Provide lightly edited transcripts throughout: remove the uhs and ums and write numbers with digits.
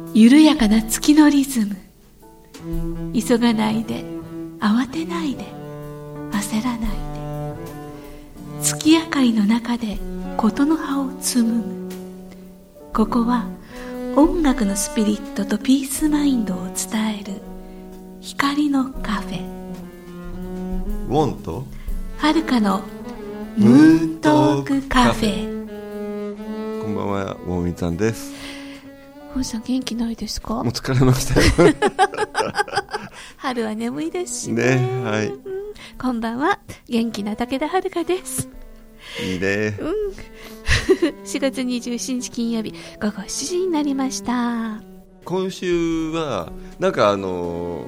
緩やかな月のリズム。急がないで、慌てないで、焦らないで、月明かりの中でことの葉を紡ぐ。ここは音楽のスピリットとピースマインドを伝える光のカフェ。 ウォンとはるかのムーントークカフェ。 こんばんは、ウォンミさんです。 ウォンさん元気ないですか？ もう疲れましたよ春は眠いですし ね、 はい、 こんばんは、元気な武田遥です。 いいね、 4月27日金曜日午後7時になりました。 今週はなんかお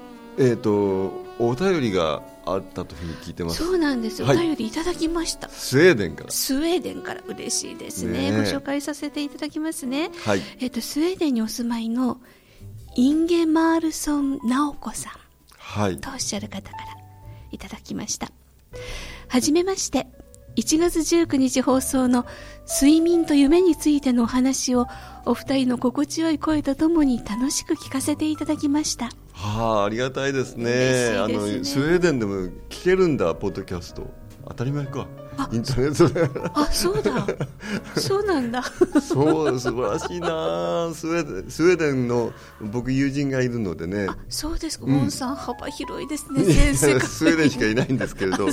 便りがあったというふうに聞いてます。 そうなんですよ、はい、お便りいただきました。 スウェーデンから嬉しいですね。ご紹介させていただきますね、 はい。 スウェーデンにお住まいのインゲマールソン直子さん、 はい、 とおっしゃる方からいただきました。はじめまして。1月19日放送の睡眠と夢についてのお話をお二人の心地よい声とともに楽しく聞かせていただきました。 ありがたいですね。 嬉しいですね。 スウェーデンでも聞けるんだ、ポッドキャスト。当たり前か、インターネットで。 そうだそうなんだそう、素晴らしいな。スウェーデンの僕友人がいるのでね。 そうですか、ウォンさん幅広いですね。先生スウェーデンしかいないんですけれど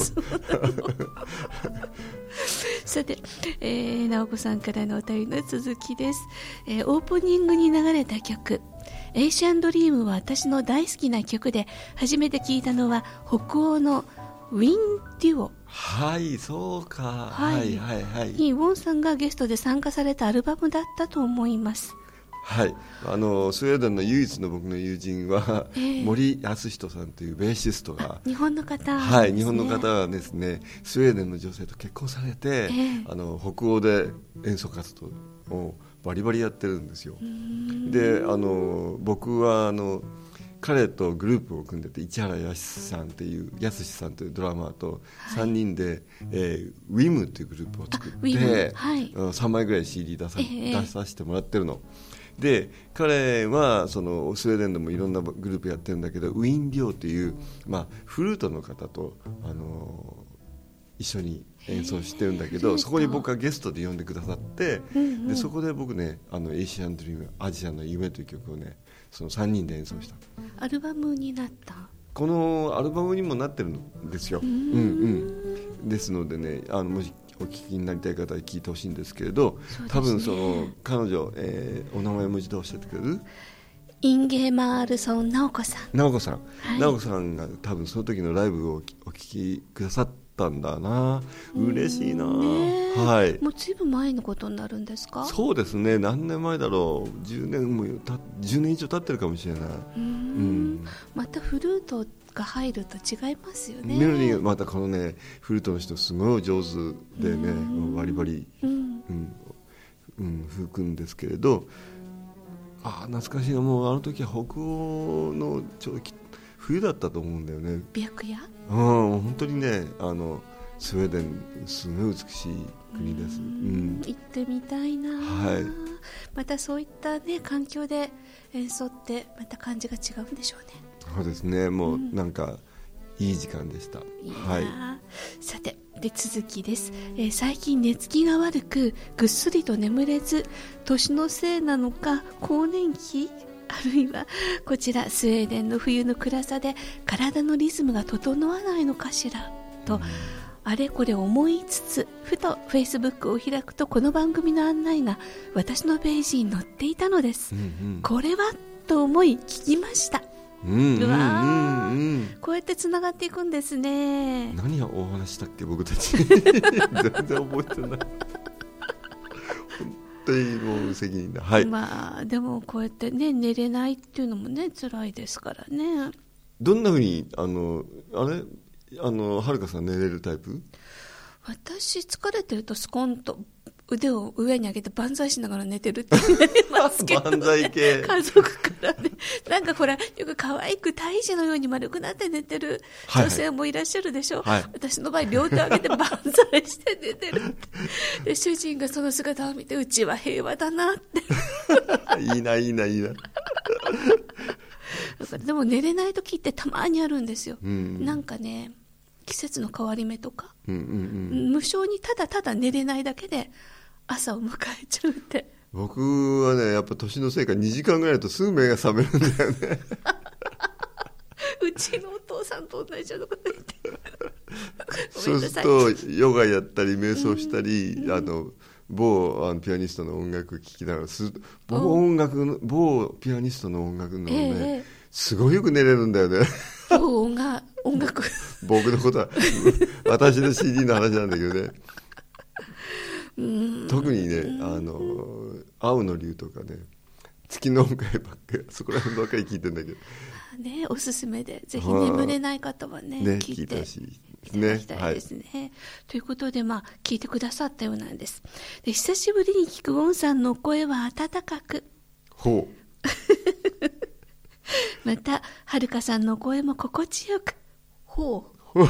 さて、直子さんからのお便りの続きです。オープニングに流れた曲エイシャンドリームは私の大好きな曲で、初めて聞いたのは北欧のウィンデュオ。 はい、そうか、はい、はいはい、 にウォンさんがゲストで参加されたアルバムだったと思います。 はい、スウェーデンの唯一の僕の友人は、森康人さんというベーシストが、 日本の方、ね、 はい、日本の方がですね、スウェーデンの女性と結婚されて、北欧で演奏活動をバリバリやってるんですよ。で、僕は彼とグループを組んでて、市原康さんというドラマーと3人で、ウィムというグループを作って、3枚ぐらい CD 出させてもらってるので、彼はそのスウェーデンでもいろんなグループやってるんだけど、ウィンディオという、フルートの方と一緒に演奏してるんだけど、そこに僕はゲストで呼んでくださって、でそこで僕ね、エイシャンドリーム、アジアの夢という曲をね、その3人で演奏した。 アルバムになった。 このアルバムにもなってるんですよ。ですのでね、もしお聞きになりたい方は聞いてほしいんですけれど、多分その彼女、お名前をもう一度教えてくれる？ インゲマールソン直子さん。直子さんが多分その時のライブをお聞きくださったんだな。嬉しいな、はい。 もうずいぶん前のことになるんですか？ そうですね、何年前だろう、10年以上経ってるかもしれない。 またフルートが入ると違いますよね。 メロディーがまたこのね、フルートの人すごい上手でね、バリバリ、吹くんですけれど、懐かしいな。もうあの時は北欧の冬だったと思うんだよね。 白夜？ 本当にね、スウェーデンすごい美しい国です。 行ってみたいな、またそういったね、環境で演奏ってまた感じが違うんでしょうね。 そうですね、もうなんかいい時間でした。 さて、で続きです。最近寝つきが悪くぐっすりと眠れず、年のせいなのか更年期、あるいはこちらスウェーデンの冬の暗さで体のリズムが整わないのかしらと、あれこれ思いつつ、ふとフェイスブックを開くとこの番組の案内が私のページに載っていたのです。これはと思い聞きました。こうやってつながっていくんですね。 何をお話したっけ、僕たち全然覚えてない本当にもう責任だ。 でもこうやってね、寝れないっていうのもね、辛いですからね。 どんなふうにはるかさん寝れるタイプ？ 私疲れてるとスコンと腕を上に上げて万歳しながら寝てるって言いますけど、ね、 万歳系家族からね、なんかほら、よく可愛く胎児のように丸くなって寝てる女性もいらっしゃるでしょ、私の場合両手上げて万歳して寝てるで主人がその姿を見て、うちは平和だなっていいな。 でも寝れない時ってたまにあるんですよ、 うん、 なんかね、季節の変わり目とか、無性にただただ寝れないだけで朝を迎えちゃうって。 僕はね、やっぱ年のせいか2時間ぐらいだとすぐ目が覚めるんだよねうちのお父さんと同じようなこと言ってそうするとヨガやったり瞑想したり、某ピアニストの音楽聴きながら某ピアニストの音楽のね、すごいよく寝れるんだよね音楽僕のことは私の CD の話なんだけどね特にね、青の竜とかね、月の音階ばっかり、そこら辺ばっかり聞いてんだけどね、おすすめで、ぜひ眠れない方はね、聞いていただきたいですね、はい、ということで、聞いてくださったようなんです。で、久しぶりに聞くウォンさんの声は温かく、 ほうまたはるかさんの声も心地よく、ほう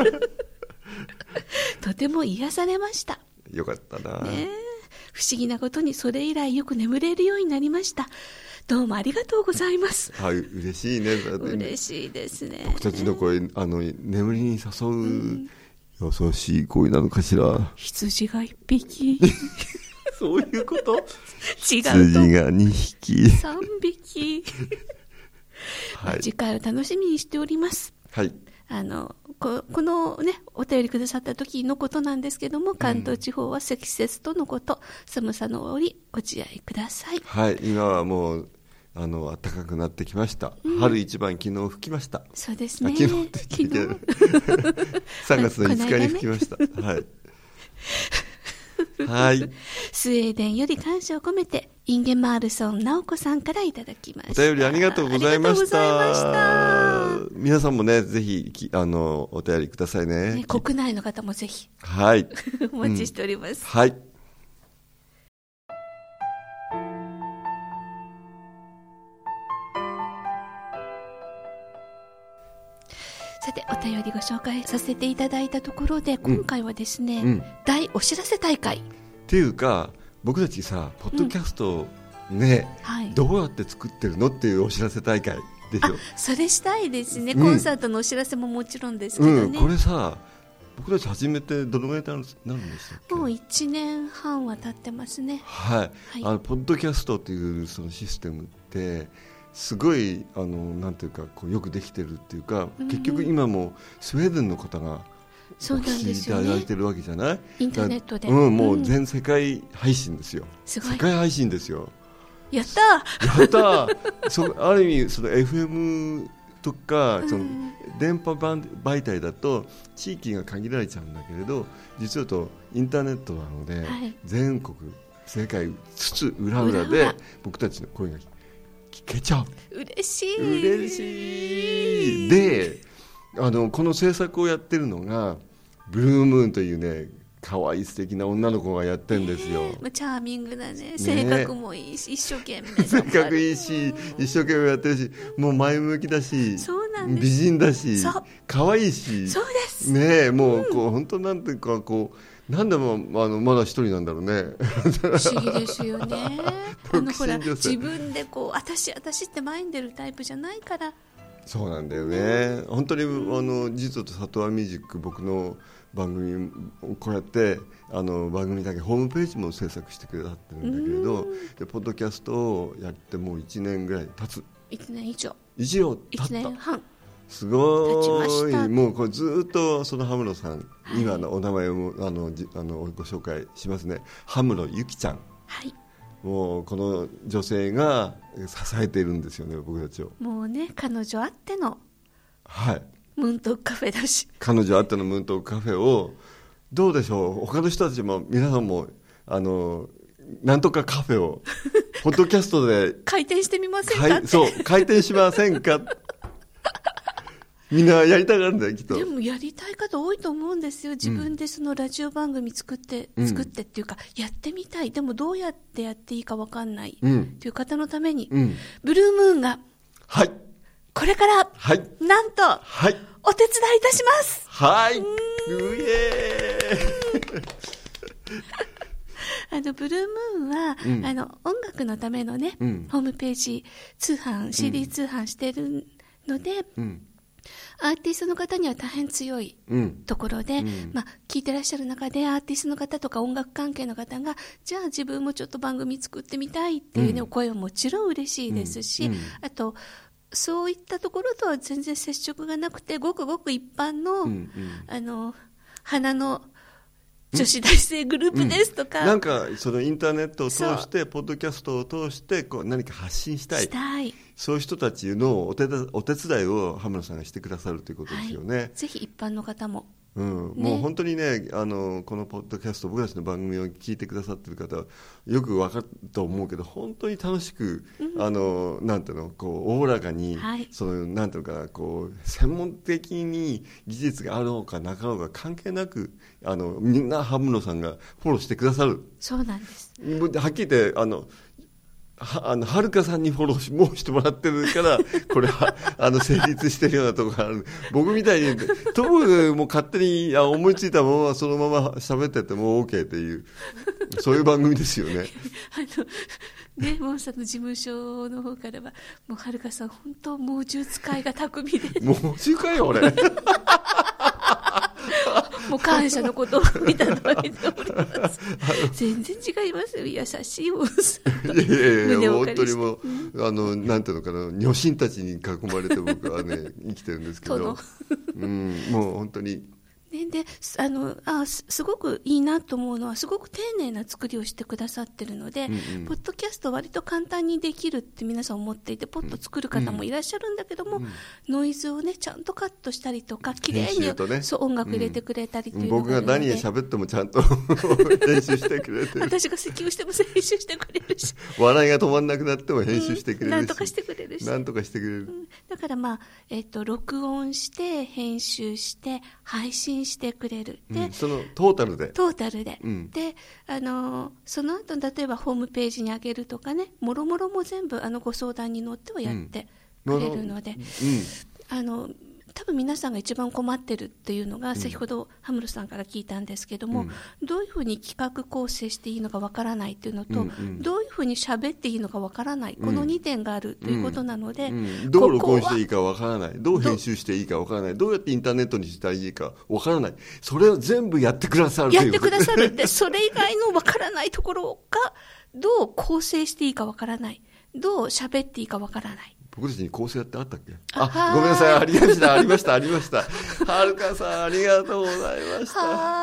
とても癒されました。 よかったな、 ね、不思議なことにそれ以来よく眠れるようになりました。どうもありがとうございます。 はい、嬉しいね。 嬉しいですね。 僕たちの声、眠りに誘う、優しい声なのかしら。 羊が1匹そういうこと？違うと。 羊が2匹 3匹はい、 次回を楽しみにしております。 はい、 このね、お便りくださった時のことなんですけども、関東地方は積雪とのこと、寒さの折ご自愛ください。 はい、今はもう暖かくなってきました、春一番昨日吹きました。 そうですね、 昨日って聞いてる3月の5日に吹きました、はいはい、 スウェーデンより感謝を込めてインゲマールソン直子さんからいただきました。 お便りありがとうございました。皆さんもね、ぜひお便りください ね。 国内の方もぜひ、 はい、 お待ちしております、 はい。 さて、お便りご紹介させていただいたところで、今回はですね、大お知らせ大会っていうか、僕たちさ、ポッドキャストね、どうやって作ってるのっていうお知らせ大会でしょ。 それしたいですね、コンサートのお知らせももちろんですけどね、 これさ、僕たち始めてどのぐらいになるんでしたっけ。 もう1年半は経ってますね。 はい、ポッドキャストっていうそのシステムってすごいなんていうか、こうよくできてるっていうか、結局今もスウェーデンの方がお聞きいただいてるわけじゃない。 インターネットで、 もう全世界配信ですよ。世界配信ですよ。 やったある意味その FM とかその電波媒体だと地域が限られちゃうんだけれど、実はとインターネットなので、全国世界津々浦々で僕たちの声が聞けちゃう。 嬉しいで、この制作をやってるのがブルームーンというね、可愛い素敵な女の子がやってるんですよ。 チャーミングだね。性格もいいし、一生懸命性格いいし、一生懸命やってるし、もう前向きだし、美人だし、可愛いし、 そうですね。もうこう本当なんていうか、こうなんでもまだ一人なんだろうね。 不思議ですよね。ほら、自分でこう私って前に出るタイプじゃないから。 そうなんだよね。本当に実は里和ミュージック、僕の番組こうやって番組だけホームページも制作してくださってるんだけれど、でポッドキャストをやってもう1年ぐらい経つ。 1年以上経った。1年半すごい。もうこれずっとその羽室さん、今のお名前をご紹介しますね。羽室ゆきちゃん、もうこの女性が支えているんですよね、僕たちを。 もうね、彼女あってのはいムーントークカフェだし、 彼女あってのムーントークカフェをどうでしょう、他の人たちも皆さんもなんとかカフェをポッドキャストで開店してみませんかって。 そう開店しませんかみんなやりたがるんだよ、きっと。 でもやりたい方多いと思うんですよ。自分でそのラジオ番組作ってっていうか、やってみたい、でもどうやってやっていいか分かんないっていう方のために、ブルームーンがこれから、なんと、お手伝いいたします。 うえーブルームーンは、音楽のためのね、ホームページCD 通販してるので、アーティストの方には大変強いところで、聞いてらっしゃる中でアーティストの方とか音楽関係の方が、じゃあ自分もちょっと番組作ってみたいっていう、お声はもちろん嬉しいですし、あとそういったところとは全然接触がなくて、ごくごく一般の、花の女子大生グループですとか、 なんかそのインターネットを通してポッドキャストを通して何か発信したい、そういう人たちのお手伝いを羽村さんがしてくださるということですよね。 ぜひ一般の方も、 もう本当にね、このポッドキャスト、僕たちの番組を聞いてくださっている方はよく分かると思うけど、本当に楽しく、なんていうの、おおらかに、なんていうかな、専門的に技術があるのかなかろうか関係なく、みんな羽室さんがフォローしてくださる。 そうなんです。 はっきり言ってはるかさんにフォローもうしてもらってるからこれは成立してるようなところがある。僕みたいにともかくもう勝手に思いついたままそのまま喋ってても OK っていう、そういう番組ですよね。 モンさんの事務所の方からは、もうはるかさん本当猛獣使いが巧みで、 猛獣かよ俺もう感謝のことをいただいております。全然違いますよ、優しいモンさん。 いや本当にもうなんていうのかな、女神たちに囲まれて僕はね生きてるんですけど、もう本当に。 すごくいいなと思うのは、すごく丁寧な作りをしてくださってるので、ポッドキャスト割と簡単にできるって皆さん思っていて、ポッと作る方もいらっしゃるんだけども、ノイズをねちゃんとカットしたりとか、綺麗に、音楽入れてくれたりっていうのがあるので、 僕が何喋ってもちゃんと編集してくれて私が咳をしても編集してくれるし、 笑いが止まんなくなっても編集してくれるし、 なんとかしてくれるし、だから録音して編集して配信してくれる。で、 そのトータルで、 で、その後例えばホームページに上げるとかね、もろもろも全部ご相談に乗ってはやってくれるので、多分皆さんが一番困ってるっていうのが、先ほど羽室さんから聞いたんですけども、どういうふうに企画構成していいのかわからないっていうのと、どういうふうに喋っていいのかわからない、この2点があるということなので、 どう録音していいかわからない、どう編集していいかわからない、どうやってインターネットにしたらいいかわからない、それを全部やってくださるという、 やってくださるってそれ以外のわからないところが、どう構成していいかわからない、どう喋っていいかわからない。 僕たちに構成ってあったっけ？ごめんなさい、ありました。はるかさん、ありがとうございました。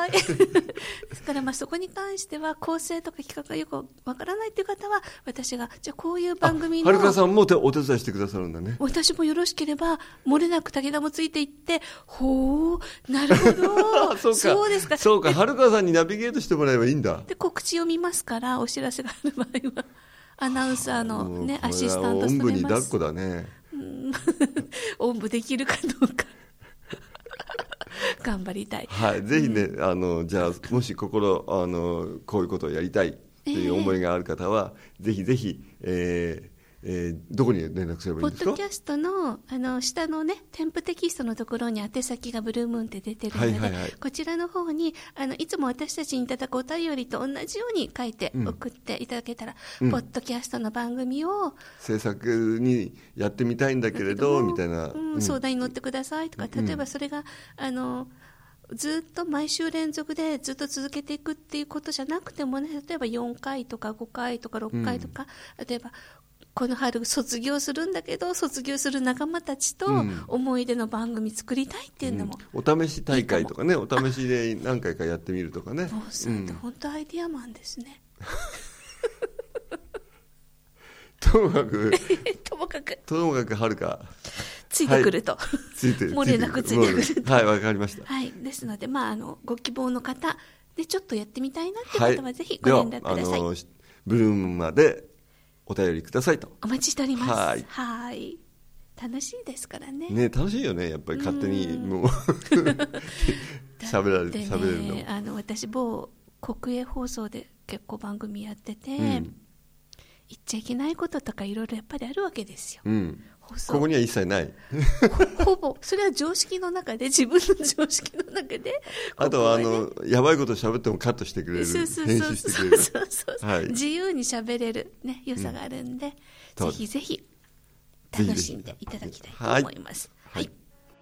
ですからそこに関しては、構成とか企画がよくわからないという方は、私が、じゃあこういう番組の。 はるかさんもお手伝いしてくださるんだね。 私もよろしければ、漏れなく武田もついていって、ほー、なるほど。そうですか。 そうか、はるかさんにナビゲートしてもらえばいいんだ。 で、告知を見ますから、お知らせがある場合は。アナウンサーのね、アシスタントしてます。 おんぶに抱っこだね。 おんぶできるかどうか頑張りたい。 ぜひね、じゃあもしこういうことをやりたいという思いがある方は、ぜひぜひ、どこに連絡すればいいんですか？ ポッドキャストの、下のね、添付テキストのところに宛先がブルームーンって出てるので、こちらの方に、いつも私たちにいただくお便りと同じように書いて送っていただけたら、ポッドキャストの番組を制作にやってみたいんだけれど、みたいな、 相談に乗ってくださいとか、例えばそれが、ずっと毎週連続でずっと続けていくっていうことじゃなくてもね、例えば4回とか5回とか6回とか、例えばこの春卒業するんだけど、卒業する仲間たちと思い出の番組作りたいっていうのも、 お試し大会とかね、お試しで何回かやってみるとかね。 もうさんって本当アイディアマンですね。 ともかくはるかついてくると、漏れなくついてくると。 はい、わかりました。 ですので、ご希望の方でちょっとやってみたいなっていう方はぜひご連絡ください。 ブルームまでお便りくださいと。 お待ちしております。はい。楽しいですからね。 ね、楽しいよね、やっぱり勝手にもう喋れるの。 私某国営放送で結構番組やってて、 言っちゃいけないこととかいろいろやっぱりあるわけですよ、 ここには一切ないほぼそれは常識の中で、自分の常識の中であとはやばいこと喋ってもカットしてくれる、編集してくれる、 自由に喋れる、ね、良さがあるんで、ぜひぜひ楽しんでいただきたいと思います。はい、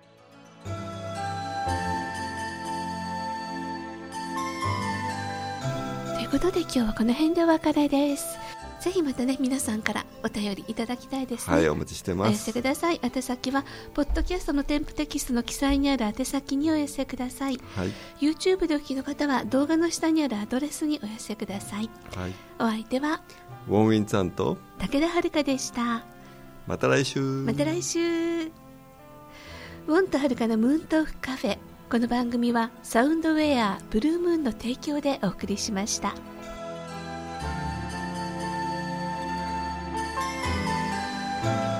ということで今日はこの辺でお別れです。ぜひまたね、皆さんからお便りいただきたいですね。 はい、お待ちしてます。 お寄せください。宛先はポッドキャストの添付テキストの記載にある宛先にお寄せください。 はい、 YouTube でお聞きの方は動画の下にあるアドレスにお寄せください。 はい、 お相手はウォンウィンさんと武田遥でした。 また来週。 また来週。ウォンと遥のムーントークカフェ。この番組はサウンドウェアブルームーンの提供でお送りしました。 はい。